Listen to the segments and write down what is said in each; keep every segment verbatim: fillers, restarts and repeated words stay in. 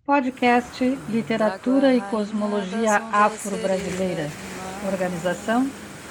Podcast Literatura e Cosmologia Afro-Brasileira. Organização: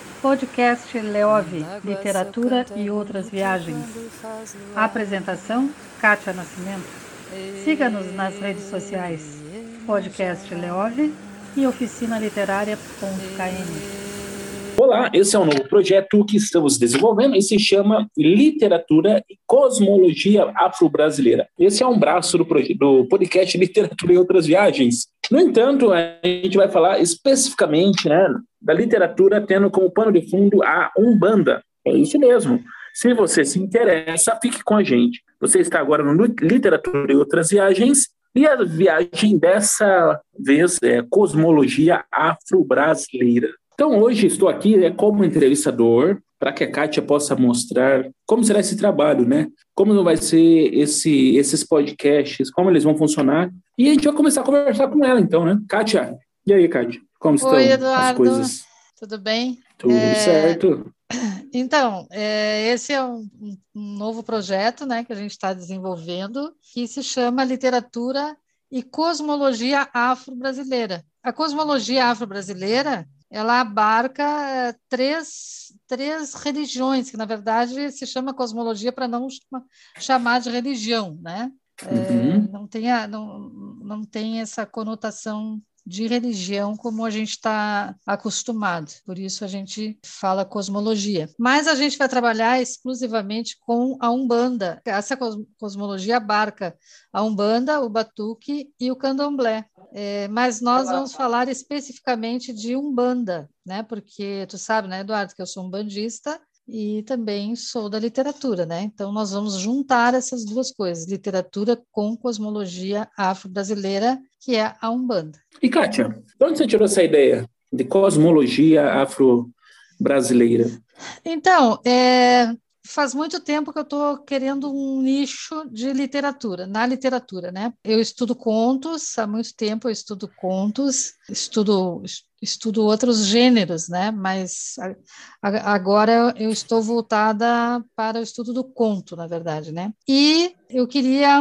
Podcast Leove, Literatura e Outras Viagens. Apresentação: Kátia Nascimento. Siga-nos nas redes sociais, Podcast Leove e Oficina Literária.km. Olá, esse é um novo projeto que estamos desenvolvendo e se chama Literatura e Cosmologia Afro-Brasileira. Esse é um braço do, proje- do podcast Literatura e Outras Viagens. No entanto, a gente vai falar especificamente, né, da literatura tendo como pano de fundo a Umbanda. É isso mesmo. Se você se interessa, fique com a gente. Você está agora no Literatura e Outras Viagens e a viagem dessa vez é Cosmologia Afro-Brasileira. Então, hoje estou aqui né, como entrevistador para que a Kátia possa mostrar como será esse trabalho, né? Como vai ser esse, esses podcasts, como eles vão funcionar. E a gente vai começar a conversar com ela, então, né? Kátia, e aí, Kátia? Como estão Oi, as Eduardo. coisas? Tudo bem? Tudo É, certo? Então, é, esse é um, um novo projeto, né, que a gente está desenvolvendo, que se chama Literatura e Cosmologia Afro-Brasileira. A cosmologia afro-brasileira, ela abarca é, três, três religiões, que na verdade se chama cosmologia para não chama, chamar de religião, né? É, Uhum. não, tem a, não, não tem essa conotação de religião como a gente está acostumado. Por isso a gente fala cosmologia. Mas a gente vai trabalhar exclusivamente com a Umbanda. Essa cosmologia abarca a Umbanda, o Batuque e o Candomblé. É, mas nós vamos falar especificamente de Umbanda, né? Porque tu sabe, né, Eduardo, que eu sou umbandista e também sou da literatura, né? Então nós vamos juntar essas duas coisas, literatura com cosmologia afro-brasileira, que é a Umbanda. E, Kátia, de onde você tirou essa ideia de cosmologia afro-brasileira? Então, é, faz muito tempo que eu estou querendo um nicho de literatura, na literatura, né? Eu estudo contos, há muito tempo eu estudo contos, estudo, estudo outros gêneros, né? Mas a, agora eu estou voltada para o estudo do conto, na verdade, né? E eu queria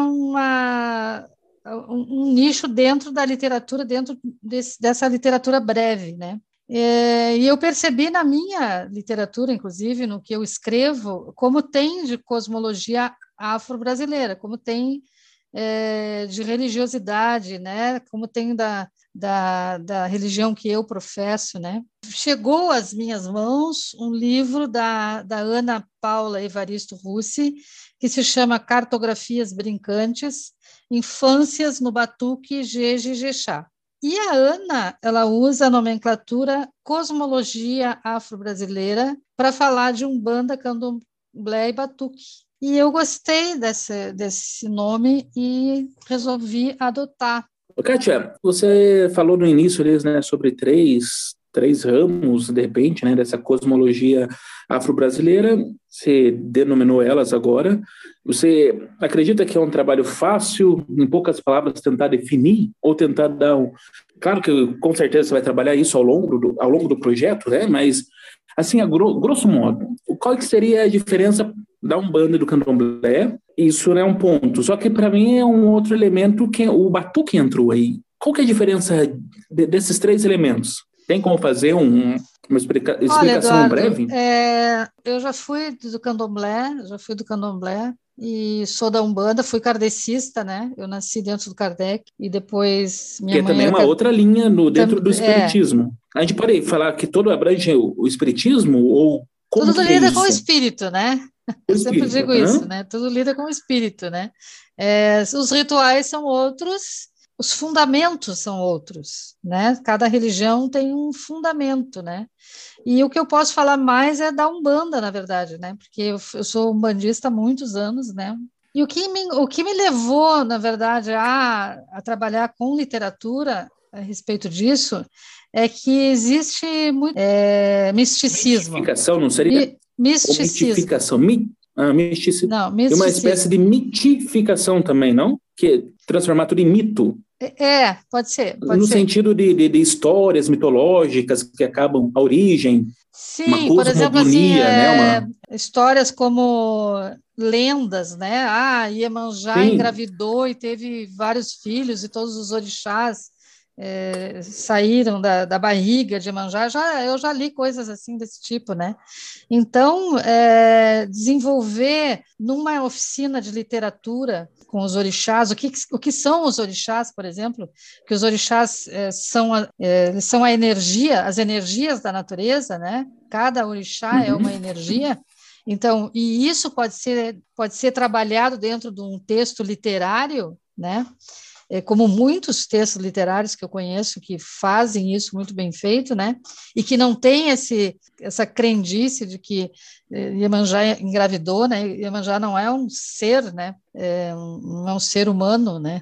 uma... Um, um nicho dentro da literatura, dentro desse, dessa literatura breve, né? É, e eu percebi na minha literatura, inclusive, no que eu escrevo, como tem de cosmologia afro-brasileira, como tem é, de religiosidade, né? Como tem da, da, da religião que eu professo, né? Chegou às minhas mãos um livro da, da Ana Paula Evaristo Russi, que se chama Cartografias Brincantes, Infâncias no Batuque Jeje e Jexá. E a Ana, ela usa a nomenclatura cosmologia afro-brasileira para falar de Umbanda, Candomblé e Batuque. E eu gostei desse, desse nome e resolvi adotar. Kátia, você falou no início ali, né, sobre três, três ramos, de repente, né, dessa cosmologia afro-brasileira, você denominou elas agora. Você acredita que é um trabalho fácil, em poucas palavras, tentar definir ou tentar dar um... Claro que com certeza você vai trabalhar isso ao longo do, ao longo do projeto, né, mas, assim, a gro, grosso modo, qual que seria a diferença da Umbanda e do Candomblé? Isso é um ponto. Só que para mim é um outro elemento que o batuque entrou aí. Qual que é a diferença de, desses três elementos? Tem como fazer um, uma explica, explicação Olha, Eduardo, breve? É, eu já fui do Candomblé, já fui do Candomblé e sou da Umbanda, fui kardecista, né? Eu nasci dentro do Kardec e depois minha Que é mãe também era... uma outra linha no, dentro do É, espiritismo. A gente pode falar que todo abrange o, o espiritismo ou como tudo que é lida com o isso? espírito, né? O Eu sempre espírito, digo isso, hã? né? Tudo lida com o espírito, né? É, os rituais são outros, os fundamentos são outros, né? Cada religião tem um fundamento, né? E o que eu posso falar mais é da Umbanda, na verdade, né? Porque eu, eu sou umbandista há muitos anos, né? E o que me, o que me levou, na verdade, a, a trabalhar com literatura a respeito disso é que existe muito é, misticismo. Mistificação, não seria? Mi, Ou misticismo. mitificação? Mi, Ah, mistici... Não, Tem uma misticismo. espécie de mitificação também, não? Que é transformar tudo em mito. É, pode ser, pode no ser. sentido de, de, de histórias mitológicas que acabam a origem, uma Sim, por exemplo, assim, cosmogonia, né? é, Uma... histórias como lendas, né? Ah, Iemanjá Sim, engravidou e teve vários filhos e todos os orixás é, saíram da, da barriga de Iemanjá. Já, eu já li coisas assim desse tipo, né? Então, é, desenvolver numa oficina de literatura com os orixás, o que, o que são os orixás, por exemplo, que os orixás é, são, a, é, são a energia, as energias da natureza, né? Cada orixá uhum. é uma energia. Então, e isso pode ser, pode ser trabalhado dentro de um texto literário, né? É, como muitos textos literários que eu conheço que fazem isso muito bem feito, né? E que não tem esse, essa crendice de que eh, Iemanjá engravidou, né? Iemanjá não é um ser, né? É um, não é um ser humano, né?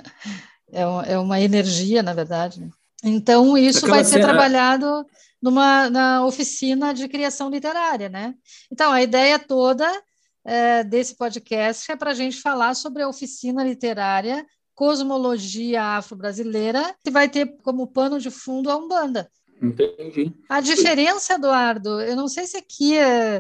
É, um, é uma energia, na verdade. Né? Então, isso Aquela vai ser cena... trabalhado numa na oficina de criação literária, né? Então, a ideia toda é, desse podcast é para a gente falar sobre a oficina literária Cosmologia Afro-Brasileira, que vai ter como pano de fundo a Umbanda. Entendi. A diferença, Eduardo, eu não sei se aqui é,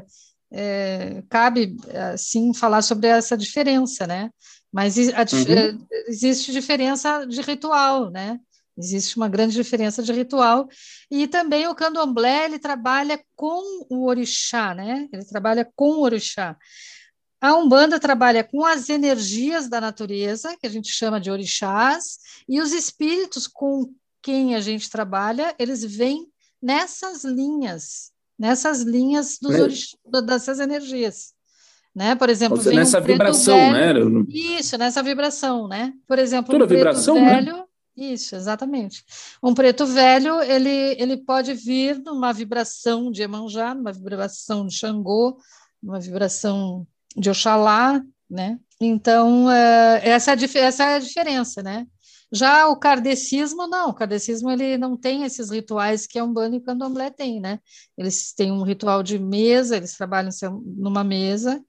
é, cabe, assim, falar sobre essa diferença, né? Mas a, Uhum. existe diferença de ritual, né? Existe uma grande diferença de ritual. E também o candomblé, ele trabalha com o orixá, né? Ele trabalha com o orixá. A Umbanda trabalha com as energias da natureza, que a gente chama de orixás, e os espíritos com quem a gente trabalha, eles vêm nessas linhas, nessas linhas dos Né? orix... dessas energias. Né? Por exemplo, vem um Nessa preto vibração, velho, né? isso, nessa vibração, né? Por exemplo, um Toda preto vibração, né? velho, isso, exatamente. Um preto velho, ele, ele pode vir numa vibração de Iemanjá, numa vibração de Xangô, numa vibração de Oxalá, né? Então, essa é a, essa é a diferença, né? Já o kardecismo, não, o kardecismo ele não tem esses rituais que a Umbanda e o Candomblé têm, né? Eles têm um ritual de mesa, eles trabalham numa mesa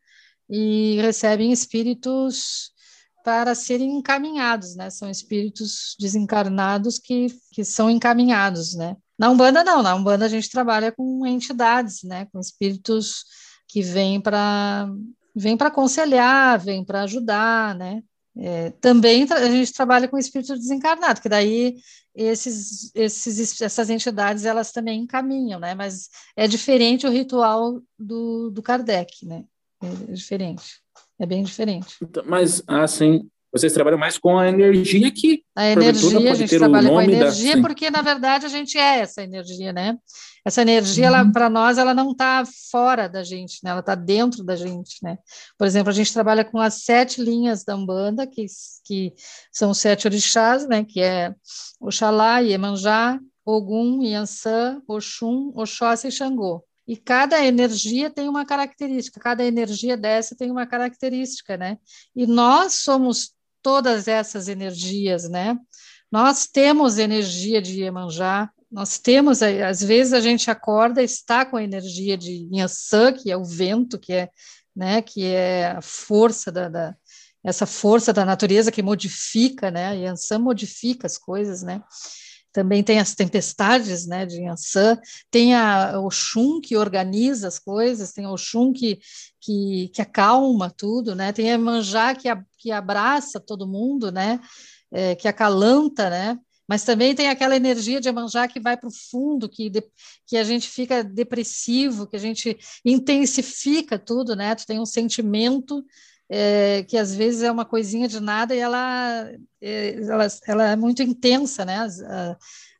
e recebem espíritos para serem encaminhados, né? São espíritos desencarnados que, que são encaminhados, né? Na Umbanda, não, na Umbanda a gente trabalha com entidades, né? Com espíritos que vêm para vem para aconselhar, vêm para ajudar, né? É, também a gente trabalha com espírito desencarnado, que daí esses, esses, essas entidades elas também encaminham, né? Mas é diferente o ritual do, do Kardec, né? É diferente, é bem diferente. Então, mas, assim, vocês trabalham mais com a energia que, A porventura, energia, a pode gente ter o trabalha com a nome da... energia Sim. porque, na verdade, a gente é essa energia, né? Essa energia, uhum. para nós, ela não está fora da gente, né? Ela está dentro da gente, né? Por exemplo, a gente trabalha com as sete linhas da Umbanda, que, que são os sete orixás, né? Que é Oxalá, Iemanjá, Ogum, Iansã, Oxum, Oxóssi e Xangô. E cada energia tem uma característica, cada energia dessa tem uma característica, né? E nós somos todas essas energias, né? Nós temos energia de Iemanjá, nós temos, às vezes a gente acorda e está com a energia de Inhaçã, que é o vento, que é, né, que é a força da, da essa força da natureza que modifica, né? A Inhaçã modifica as coisas, né? Também tem as tempestades, né, de Yansan, tem a Oxum que organiza as coisas, tem a Oxum que, que, que acalma tudo, né, tem a Iemanjá que, a, que abraça todo mundo, né, é, que acalanta, né, mas também tem aquela energia de Iemanjá que vai para o fundo, que, de, que a gente fica depressivo, que a gente intensifica tudo, né, tu tem um sentimento É, que às vezes é uma coisinha de nada e ela, é, ela, ela é muito intensa, né? As, a,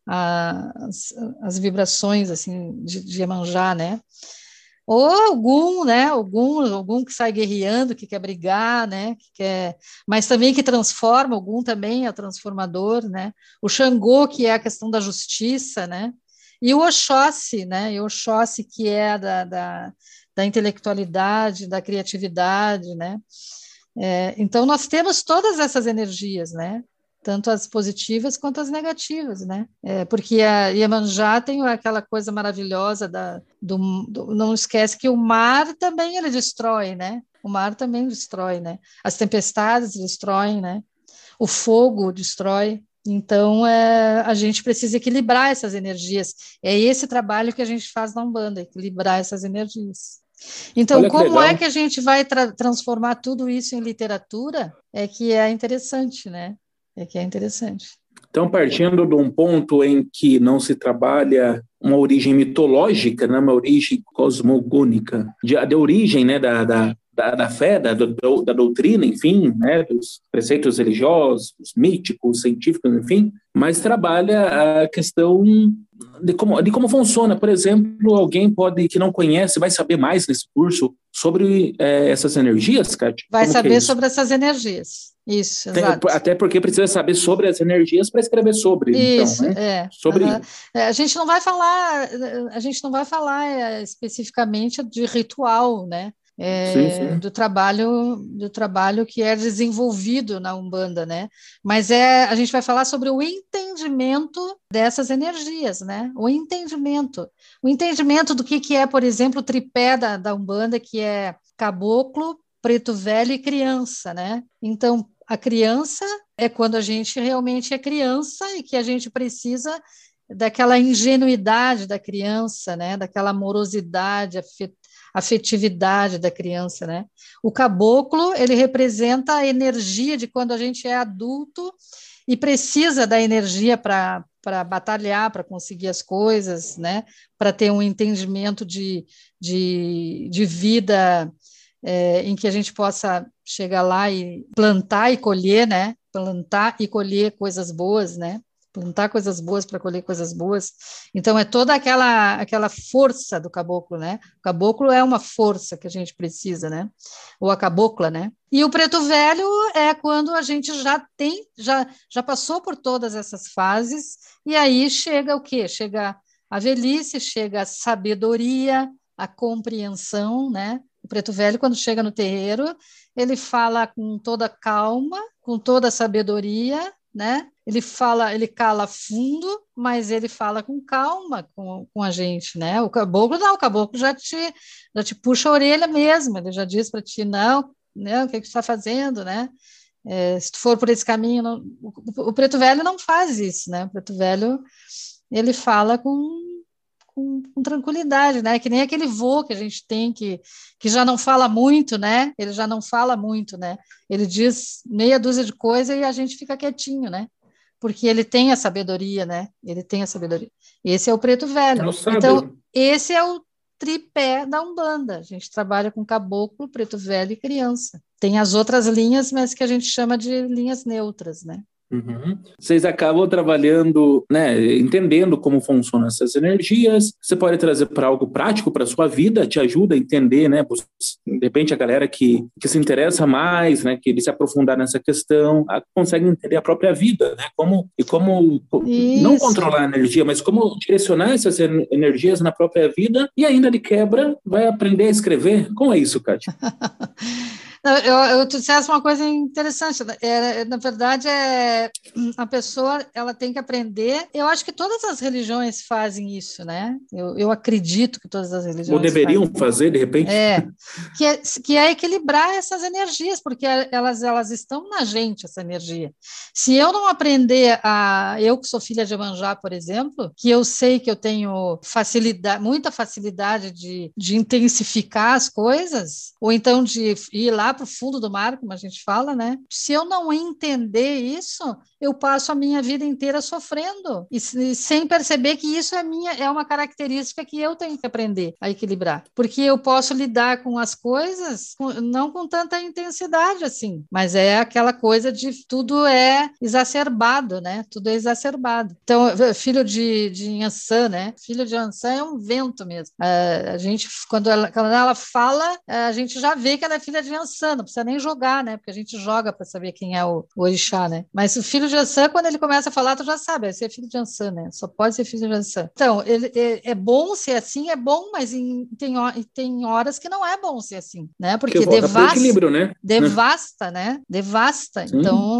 a, as, as vibrações assim de, de Iemanjá, né? Ou algum, né? Algum, algum que sai guerreando, que quer brigar, né? Que quer, mas também que transforma. Algum também é transformador, né? O Xangô, que é a questão da justiça, né? E o Oxóssi, né? E o Oxóssi, que é da, da da intelectualidade, da criatividade, né? É, então, nós temos todas essas energias, né? Tanto as positivas quanto as negativas, né? É, porque a Iemanjá tem aquela coisa maravilhosa da, do, do... Não esquece que o mar também ele destrói, né? O mar também destrói, né? As tempestades destroem, né? O fogo destrói. Então, é, a gente precisa equilibrar essas energias. É esse trabalho que a gente faz na Umbanda, equilibrar essas energias. Então, Olha que como legal. é que a gente vai tra- transformar tudo isso em literatura? É que é interessante, né? É que é interessante. Então, partindo de um ponto em que não se trabalha uma origem mitológica, né, uma origem cosmogônica, de, de origem, né, da, da, da, da fé, da, do, da doutrina, enfim, né, dos preceitos religiosos, míticos, científicos, enfim, mas trabalha a questão de como, de como funciona. Por exemplo, alguém pode que não conhece, vai saber mais nesse curso sobre é, essas energias, Kátia? Vai Como que é saber isso? sobre essas energias. Isso, Tem, exato. até porque precisa saber sobre as energias para escrever sobre, então, Isso, né? é. Sobre Uhum. É, a gente não vai falar, a gente não vai falar é, especificamente de ritual, né? sim, É, sim. do trabalho do trabalho que é desenvolvido na Umbanda, né? Mas é a gente vai falar sobre o entendimento dessas energias, né? O entendimento, o entendimento do que que é, por exemplo, o tripé da, da Umbanda, que é caboclo, preto velho e criança, né? Então, a criança é quando a gente realmente é criança e que a gente precisa daquela ingenuidade da criança, né? Daquela amorosidade, afetividade da criança, né? O caboclo, ele representa a energia de quando a gente é adulto e precisa da energia para para batalhar, para conseguir as coisas, né? Para ter um entendimento de, de, de vida é, em que a gente possa chegar lá e plantar e colher, né? Plantar e colher coisas boas, né? Plantar coisas boas para colher coisas boas. Então, é toda aquela, aquela força do caboclo, né? O caboclo é uma força que a gente precisa, né? Ou a cabocla, né? E o preto velho é quando a gente já tem, já, já passou por todas essas fases, e aí chega o quê? Chega a velhice, chega a sabedoria, a compreensão, né? O preto velho, quando chega no terreiro, ele fala com toda calma, com toda sabedoria, né? Ele fala, ele cala fundo, mas ele fala com calma com, com a gente, né? O caboclo não, o caboclo já te, já te puxa a orelha mesmo, ele já diz para ti, não, não, o que, que tu está fazendo, né? É, se tu for por esse caminho, não, o, o preto velho não faz isso, né? O preto velho, ele fala com Com, com tranquilidade, né? Que nem aquele vô que a gente tem que, que já não fala muito, né? Ele já não fala muito, né? Ele diz meia dúzia de coisas e a gente fica quietinho, né? Porque ele tem a sabedoria, né? Ele tem a sabedoria. Esse é o preto velho. Não sabe. Então, esse é o tripé da Umbanda. A gente trabalha com caboclo, preto velho e criança. Tem as outras linhas, mas que a gente chama de linhas neutras, né? Uhum. Vocês acabam trabalhando, né, entendendo como funcionam essas energias. Você pode trazer para algo prático para a sua vida, te ajuda a entender, né? De repente a galera que, que se interessa mais, né, que ele se aprofundar nessa questão, a, consegue entender a própria vida, né? Como, e como não Isso. controlar a energia, mas como direcionar essas energias na própria vida e ainda de quebra vai aprender a escrever. Como é isso, Kátia? Eu, eu te dissesse uma coisa interessante. É, na verdade, é, a pessoa ela tem que aprender. Eu acho que todas as religiões fazem isso, né? Eu, eu acredito que todas as religiões Ou deveriam fazem. fazer, de repente? É que, é, que é equilibrar essas energias, porque elas, elas estão na gente, essa energia. Se eu não aprender a... Eu que sou filha de Iemanjá, por exemplo, que eu sei que eu tenho facilidade, muita facilidade de, de intensificar as coisas, ou então de ir lá para o fundo do mar, como a gente fala, né? Se eu não entender isso, eu passo a minha vida inteira sofrendo e, e sem perceber que isso é minha, é uma característica que eu tenho que aprender a equilibrar, porque eu posso lidar com as coisas com, não com tanta intensidade assim, mas é aquela coisa de tudo é exacerbado, né? Tudo é exacerbado. Então, filho de, de Yansan, né? Filho de Yansan é um vento mesmo. A, a gente, quando ela, quando ela fala, a gente já vê que ela é filha de Yansan, não precisa nem jogar, né? Porque a gente joga para saber quem é o, o orixá, né? Mas o filho de Yansan, quando ele começa a falar, tu já sabe, esse é filho de Yansan, né? Só pode ser filho de Yansan. Então, ele, é, é bom ser assim, é bom, mas em, tem, tem horas que não é bom ser assim, né? Porque Que volta para o devasta, equilíbrio, né? devasta, né? Devasta. Sim. Então,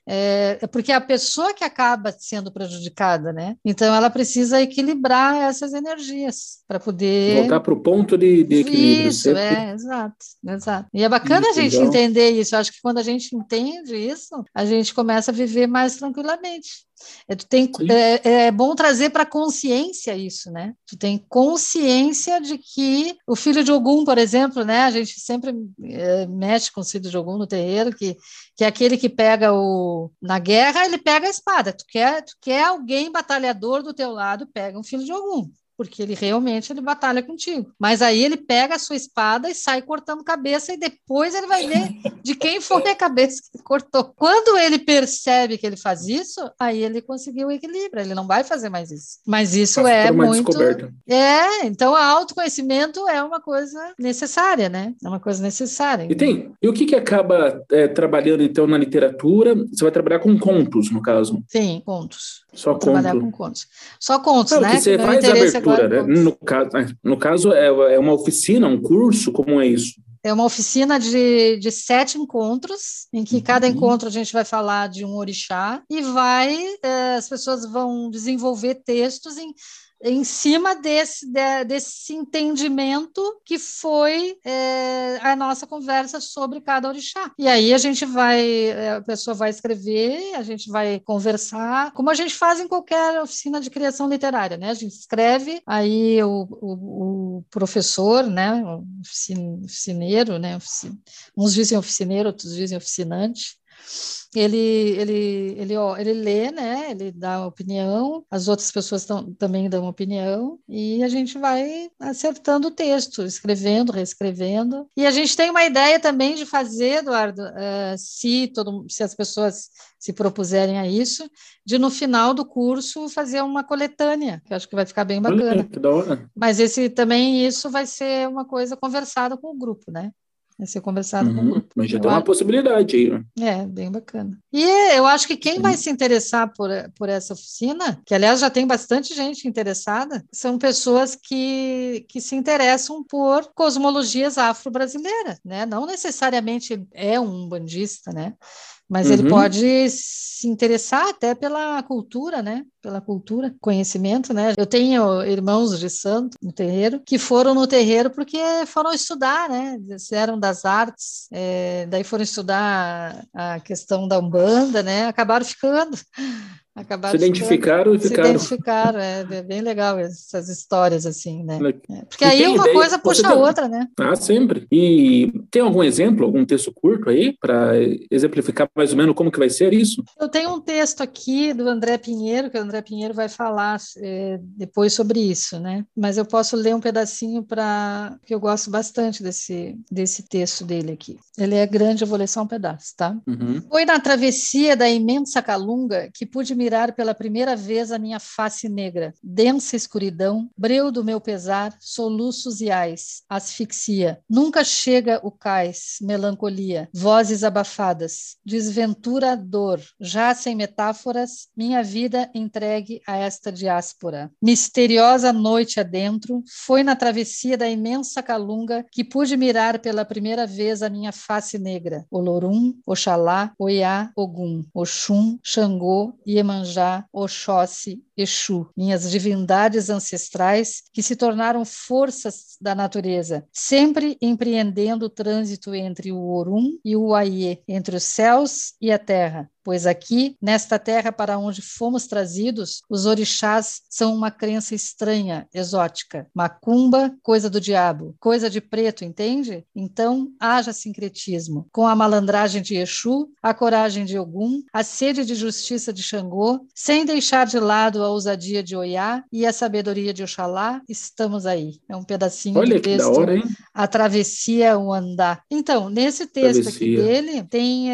É, é porque é a pessoa que acaba sendo prejudicada, né? Então ela precisa equilibrar essas energias para poder Voltar para o ponto de, de equilíbrio. isso, Sempre. é, exato, exato. E é bacana Isso, a gente legal. entender isso. Eu acho que quando a gente entende isso, a gente começa a viver mais tranquilamente. É, tu tem, é, é bom trazer para consciência isso, né? Tu tem consciência de que o filho de Ogum, por exemplo, né? A gente sempre é, mexe com o filho de Ogum no terreiro, que, que é aquele que pega o... Na guerra, ele pega a espada. Tu quer, tu quer alguém batalhador do teu lado, pega um filho de Ogum. Porque ele realmente ele batalha contigo. Mas aí ele pega a sua espada e sai cortando cabeça e depois ele vai ver de quem foi a cabeça que ele cortou. Quando ele percebe que ele faz isso, aí ele conseguiu o equilíbrio, ele não vai fazer mais isso. Mas isso Passa é por uma muito... descoberta. É, então o autoconhecimento é uma coisa necessária, né? É uma coisa necessária. E tem, e o que que acaba é, trabalhando então na literatura? Você vai trabalhar com contos, no caso? Sim, contos. Só Vou trabalhar conto. com contos. Só contos, Claro, né? que você meu faz a interesse abertura, agora é né? contos. No caso, no caso é, é uma oficina, um curso, como é isso? É uma oficina de, de sete encontros, em que cada encontro a gente vai falar de um orixá e vai, eh, as pessoas vão desenvolver textos em, em cima desse, de, desse entendimento que foi é, a nossa conversa sobre cada orixá. E aí a gente vai, a pessoa vai escrever, a gente vai conversar, como a gente faz em qualquer oficina de criação literária, né? A gente escreve, aí o, o, o professor, né, o oficineiro, né, uns dizem oficineiro, outros dizem oficinante, Ele, ele, ele, ó, ele lê, né? Ele dá opinião, as outras pessoas tão, também dão opinião, e a gente vai acertando o texto, escrevendo, reescrevendo. E a gente tem uma ideia também de fazer, Eduardo, uh, se, todo, se as pessoas se propuserem a isso, de no final do curso fazer uma coletânea, que eu acho que vai ficar bem bacana. Olha, que da hora. Mas esse também, isso vai ser uma coisa conversada com o grupo, né? Vai ser conversado Uhum, com o grupo. mas já Eu tem uma acho... possibilidade aí. Né? É, bem bacana. E eu acho que quem Sim. vai se interessar por, por essa oficina, que aliás já tem bastante gente interessada, são pessoas que, que se interessam por cosmologias afro-brasileiras, né? Não necessariamente é um bandista, né? Mas uhum. ele pode se interessar até pela cultura, né? Pela cultura, conhecimento, né? Eu tenho irmãos de santo no terreiro que foram no terreiro porque foram estudar, né? Eles eram das artes, é, daí foram estudar a questão da Umbanda, né? Acabaram ficando. Acabaram se identificaram ficando, e ficaram. Se identificaram, é, é bem legal essas histórias assim, né? É, porque e aí uma ideia, coisa puxa a outra, né? Ah, sempre. E tem algum exemplo, algum texto curto aí, para exemplificar mais ou menos como que vai ser isso? Eu tenho um texto aqui do André Pinheiro, que o André Pinheiro vai falar é, depois sobre isso, né? Mas eu posso ler um pedacinho para que eu gosto bastante desse, desse texto dele aqui. Ele é grande, eu vou ler só um pedaço, tá? Uhum. Foi na travessia da imensa calunga que pude mirar pela primeira vez a minha face negra, densa escuridão, breu do meu pesar, soluços e ais, asfixia. Nunca chega o cais, melancolia, vozes abafadas, desventura, dor, já sem metáforas, minha vida entregue a esta diáspora. Misteriosa noite adentro, foi na travessia da imensa calunga que pude mirar pela primeira vez a minha face negra, Olorum, Oxalá, Oiá, Ogum, Oxum, Xangô, Iemanjá, Oxóssi, Exu, minhas divindades ancestrais que se tornaram forças da natureza, sempre empreendendo o trânsito entre o Orum e o Aiê, entre os céus e a terra. Pois aqui, nesta terra para onde fomos trazidos, os orixás são uma crença estranha, exótica. Macumba, coisa do diabo, coisa de preto, entende? Então, haja sincretismo. Com a malandragem de Exu, a coragem de Ogum, a sede de justiça de Xangô, sem deixar de lado a ousadia de Oiá e a sabedoria de Oxalá, estamos aí. É um pedacinho Olha do que texto da hora, hein? A Travessia, o Andar. Então, nesse texto Travessia. aqui dele, tem,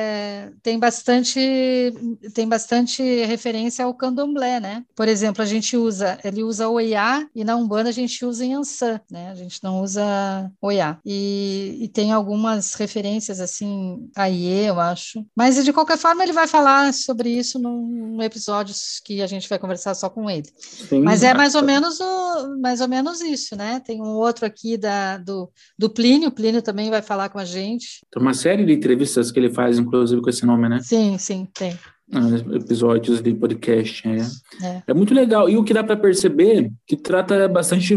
é, tem bastante tem bastante referência ao candomblé, né? Por exemplo, a gente usa, ele usa Oiá e na Umbanda a gente usa Yansan, né? A gente não usa Oiá. E, e tem algumas referências assim, a Iê, eu acho. Mas de qualquer forma ele vai falar sobre isso num, num episódio que a gente vai conversar só com ele. Sim, Mas é mais ou menos o, mais ou menos isso, né? Tem um outro aqui da, do, do Plínio, o Plínio também vai falar com a gente. Tem uma série de entrevistas que ele faz, inclusive, com esse nome, né? Sim, sim, tem. Episódios de podcast, é. É. É muito legal, e o que dá para perceber que trata bastante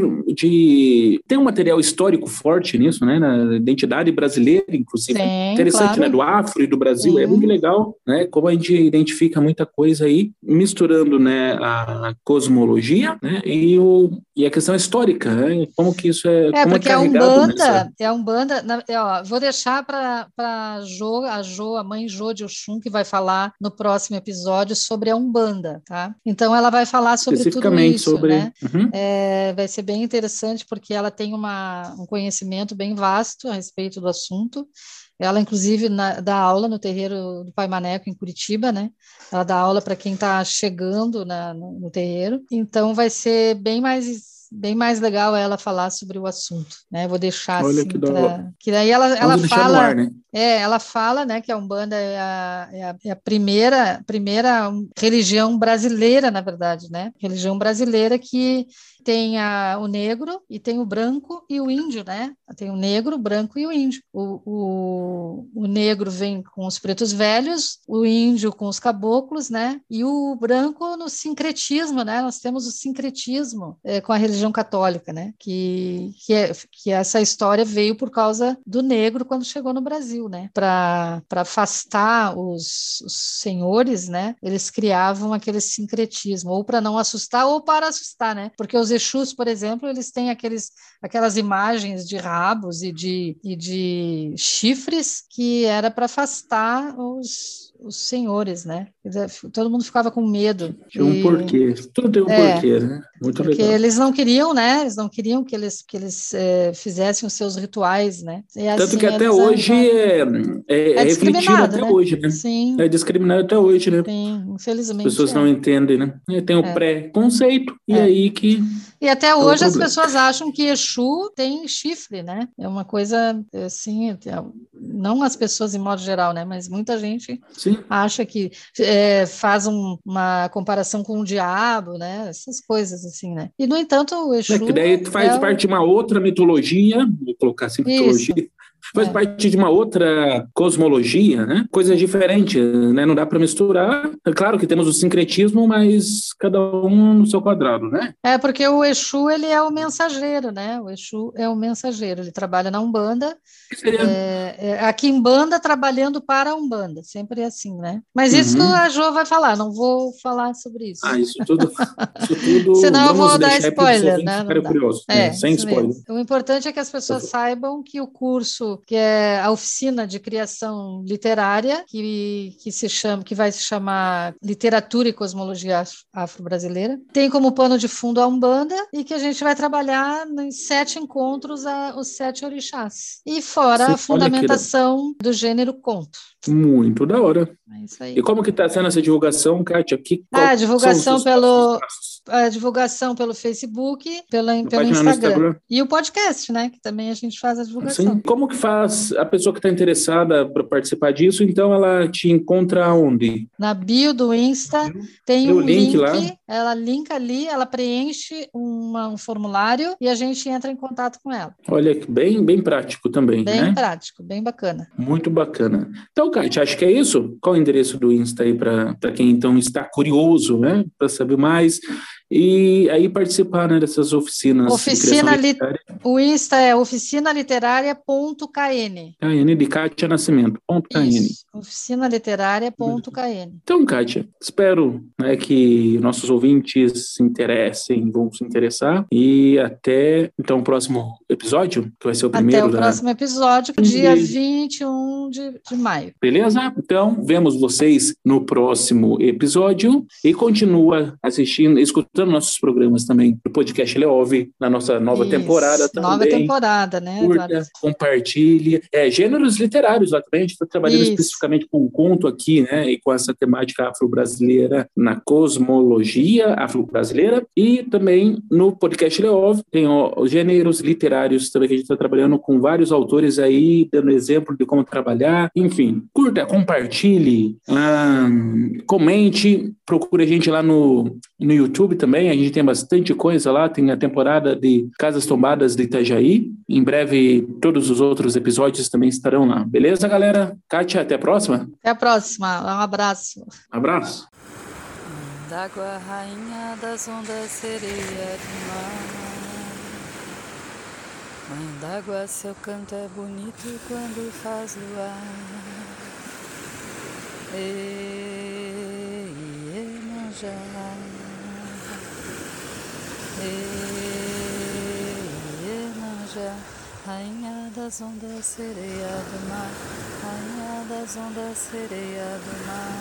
de... tem um material histórico forte nisso, né, na identidade brasileira, inclusive. Sim, interessante, claro. Né, do Afro e do Brasil. Sim. É muito legal, né, como a gente identifica muita coisa aí, misturando, né, a cosmologia, né, e, o, e a questão histórica, né, como que isso é... É, como porque é a carregado Umbanda, nessa... é a Umbanda, na, é, ó, vou deixar para a Jo, a Jo, a mãe Jo de Oxum, que vai falar no próximo episódio sobre a Umbanda, tá? Então ela vai falar sobre tudo isso, sobre... né? Uhum. É, vai ser bem interessante porque ela tem uma, um conhecimento bem vasto a respeito do assunto. Ela, inclusive, na, dá aula no terreiro do Pai Maneco, em Curitiba, né? Ela dá aula para quem está chegando na, no, no terreiro. Então vai ser bem mais bem mais legal ela falar sobre o assunto, né? Vou deixar Olha assim que, pra... que daí ela, ela fala, ar, né? é, ela fala, né, que a Umbanda é a, é a, é a primeira primeira religião brasileira, na verdade, né? Religião brasileira que tem a, o negro e tem o branco e o índio, né? Tem o negro, o branco e o índio. O, o, o negro vem com os pretos velhos, o índio com os caboclos, né? E o branco no sincretismo, né? Nós temos o sincretismo é, com a religião católica, né? Que, que, é, que essa história veio por causa do negro quando chegou no Brasil, né? Para afastar os, os senhores, né? Eles criavam aquele sincretismo, ou para não assustar ou para assustar, né? Porque os Exus, por exemplo, eles têm aqueles, aquelas imagens de rabos e de, e de chifres que era para afastar os, os senhores, né? Todo mundo ficava com medo. Tinha um e... porquê. Tudo tem um é, porquê, né? Muito porque legal. eles não queriam, né? Eles não queriam que eles, que eles é, fizessem os seus rituais, né? E Tanto assim, que até hoje é, é, é refletido até né? hoje, né? Sim. É discriminado até hoje, né? Sim, infelizmente. As pessoas é. não entendem, né? Tem o é. pré-conceito, e é. aí que... E até hoje as pessoas acham que Exu tem chifre, né? É uma coisa, assim, não as pessoas em modo geral, né? Mas muita gente Sim. acha que é, faz um, uma comparação com o diabo, né? Essas coisas, assim, né? E, no entanto, o Exu... É que daí faz é parte de uma outra mitologia, vou colocar assim, mitologia... Isso. Faz é. parte de uma outra cosmologia, né? Coisas diferentes, né? Não dá para misturar. É claro que temos o sincretismo, mas cada um no seu quadrado, né? É, porque o Exu, ele é o mensageiro, né? O Exu é o mensageiro, ele trabalha na Umbanda, é, é, a Quimbanda trabalhando para a Umbanda, sempre é assim, né? Mas isso uhum. a Jo vai falar, não vou falar sobre isso. Ah, isso tudo, isso tudo senão eu vou dar spoiler, né? Curioso, é, né? Sem spoiler. Mesmo. O importante é que as pessoas saibam que o curso, que é a oficina de criação literária, que, que se chama, que vai se chamar Literatura e Cosmologia Afro-Brasileira, tem como pano de fundo a Umbanda e que a gente vai trabalhar em sete encontros a, os sete orixás. E fora Sim, a fundamentação do gênero conto. Muito da hora. É isso aí. E como que está sendo essa divulgação, Kátia? Que, ah, a divulgação pelo a divulgação pelo Facebook, pela, pelo Instagram. Instagram. E o podcast, né? Que também a gente faz a divulgação. Sim. Como que faz a pessoa que está interessada para participar disso? Então ela te encontra onde? Na bio do Insta tem, tem um link, link lá. Ela linka ali, ela preenche uma, um formulário e a gente entra em contato com ela. Olha, bem, bem prático também, bem né? Bem prático, bem bacana. Muito bacana. Então, Kátia, acho que é isso. Qual é o endereço do Insta aí para quem então está curioso, né? Para saber mais e aí participar, né, dessas oficinas. Oficina de li... O Insta é oficinaliteraria.kn. K N de Kátia Nascimento. Ponto K N. Oficinaliteraria.kn. Então, Kátia, espero, né, que nossos ouvintes se interessem, vão se interessar. E até então o próximo episódio, que vai ser o primeiro. Até o da... próximo episódio, dia vinte e um de, de maio. Beleza? Então, vemos vocês no próximo episódio e continua assistindo, escutando nossos programas também do podcast Leove, na nossa nova Isso, temporada também. Nova temporada, né? Curta, Eduardo? Compartilhe. É, gêneros literários lá também, a gente está trabalhando Isso. especificamente com o conto aqui, né? E com essa temática afro-brasileira na cosmologia afro-brasileira e também no podcast Leove tem ó, os gêneros literários também que a gente está trabalhando com vários autores aí, dando exemplo de como trabalhar trabalhar. Enfim, curta, compartilhe, hum, comente, procure a gente lá no, no YouTube também. A gente tem bastante coisa lá. Tem a temporada de Casas Tombadas de Itajaí. Em breve, todos os outros episódios também estarão lá. Beleza, galera? Kátia, até a próxima. Até a próxima. Um abraço. Abraço. D'água, rainha das ondas, sereia do mar. Mãe d'água, seu canto é bonito quando faz luar. Ei, Iemanjá. Ei, Iemanjá. Rainha das ondas, sereia do mar. Rainha das ondas, sereia do mar.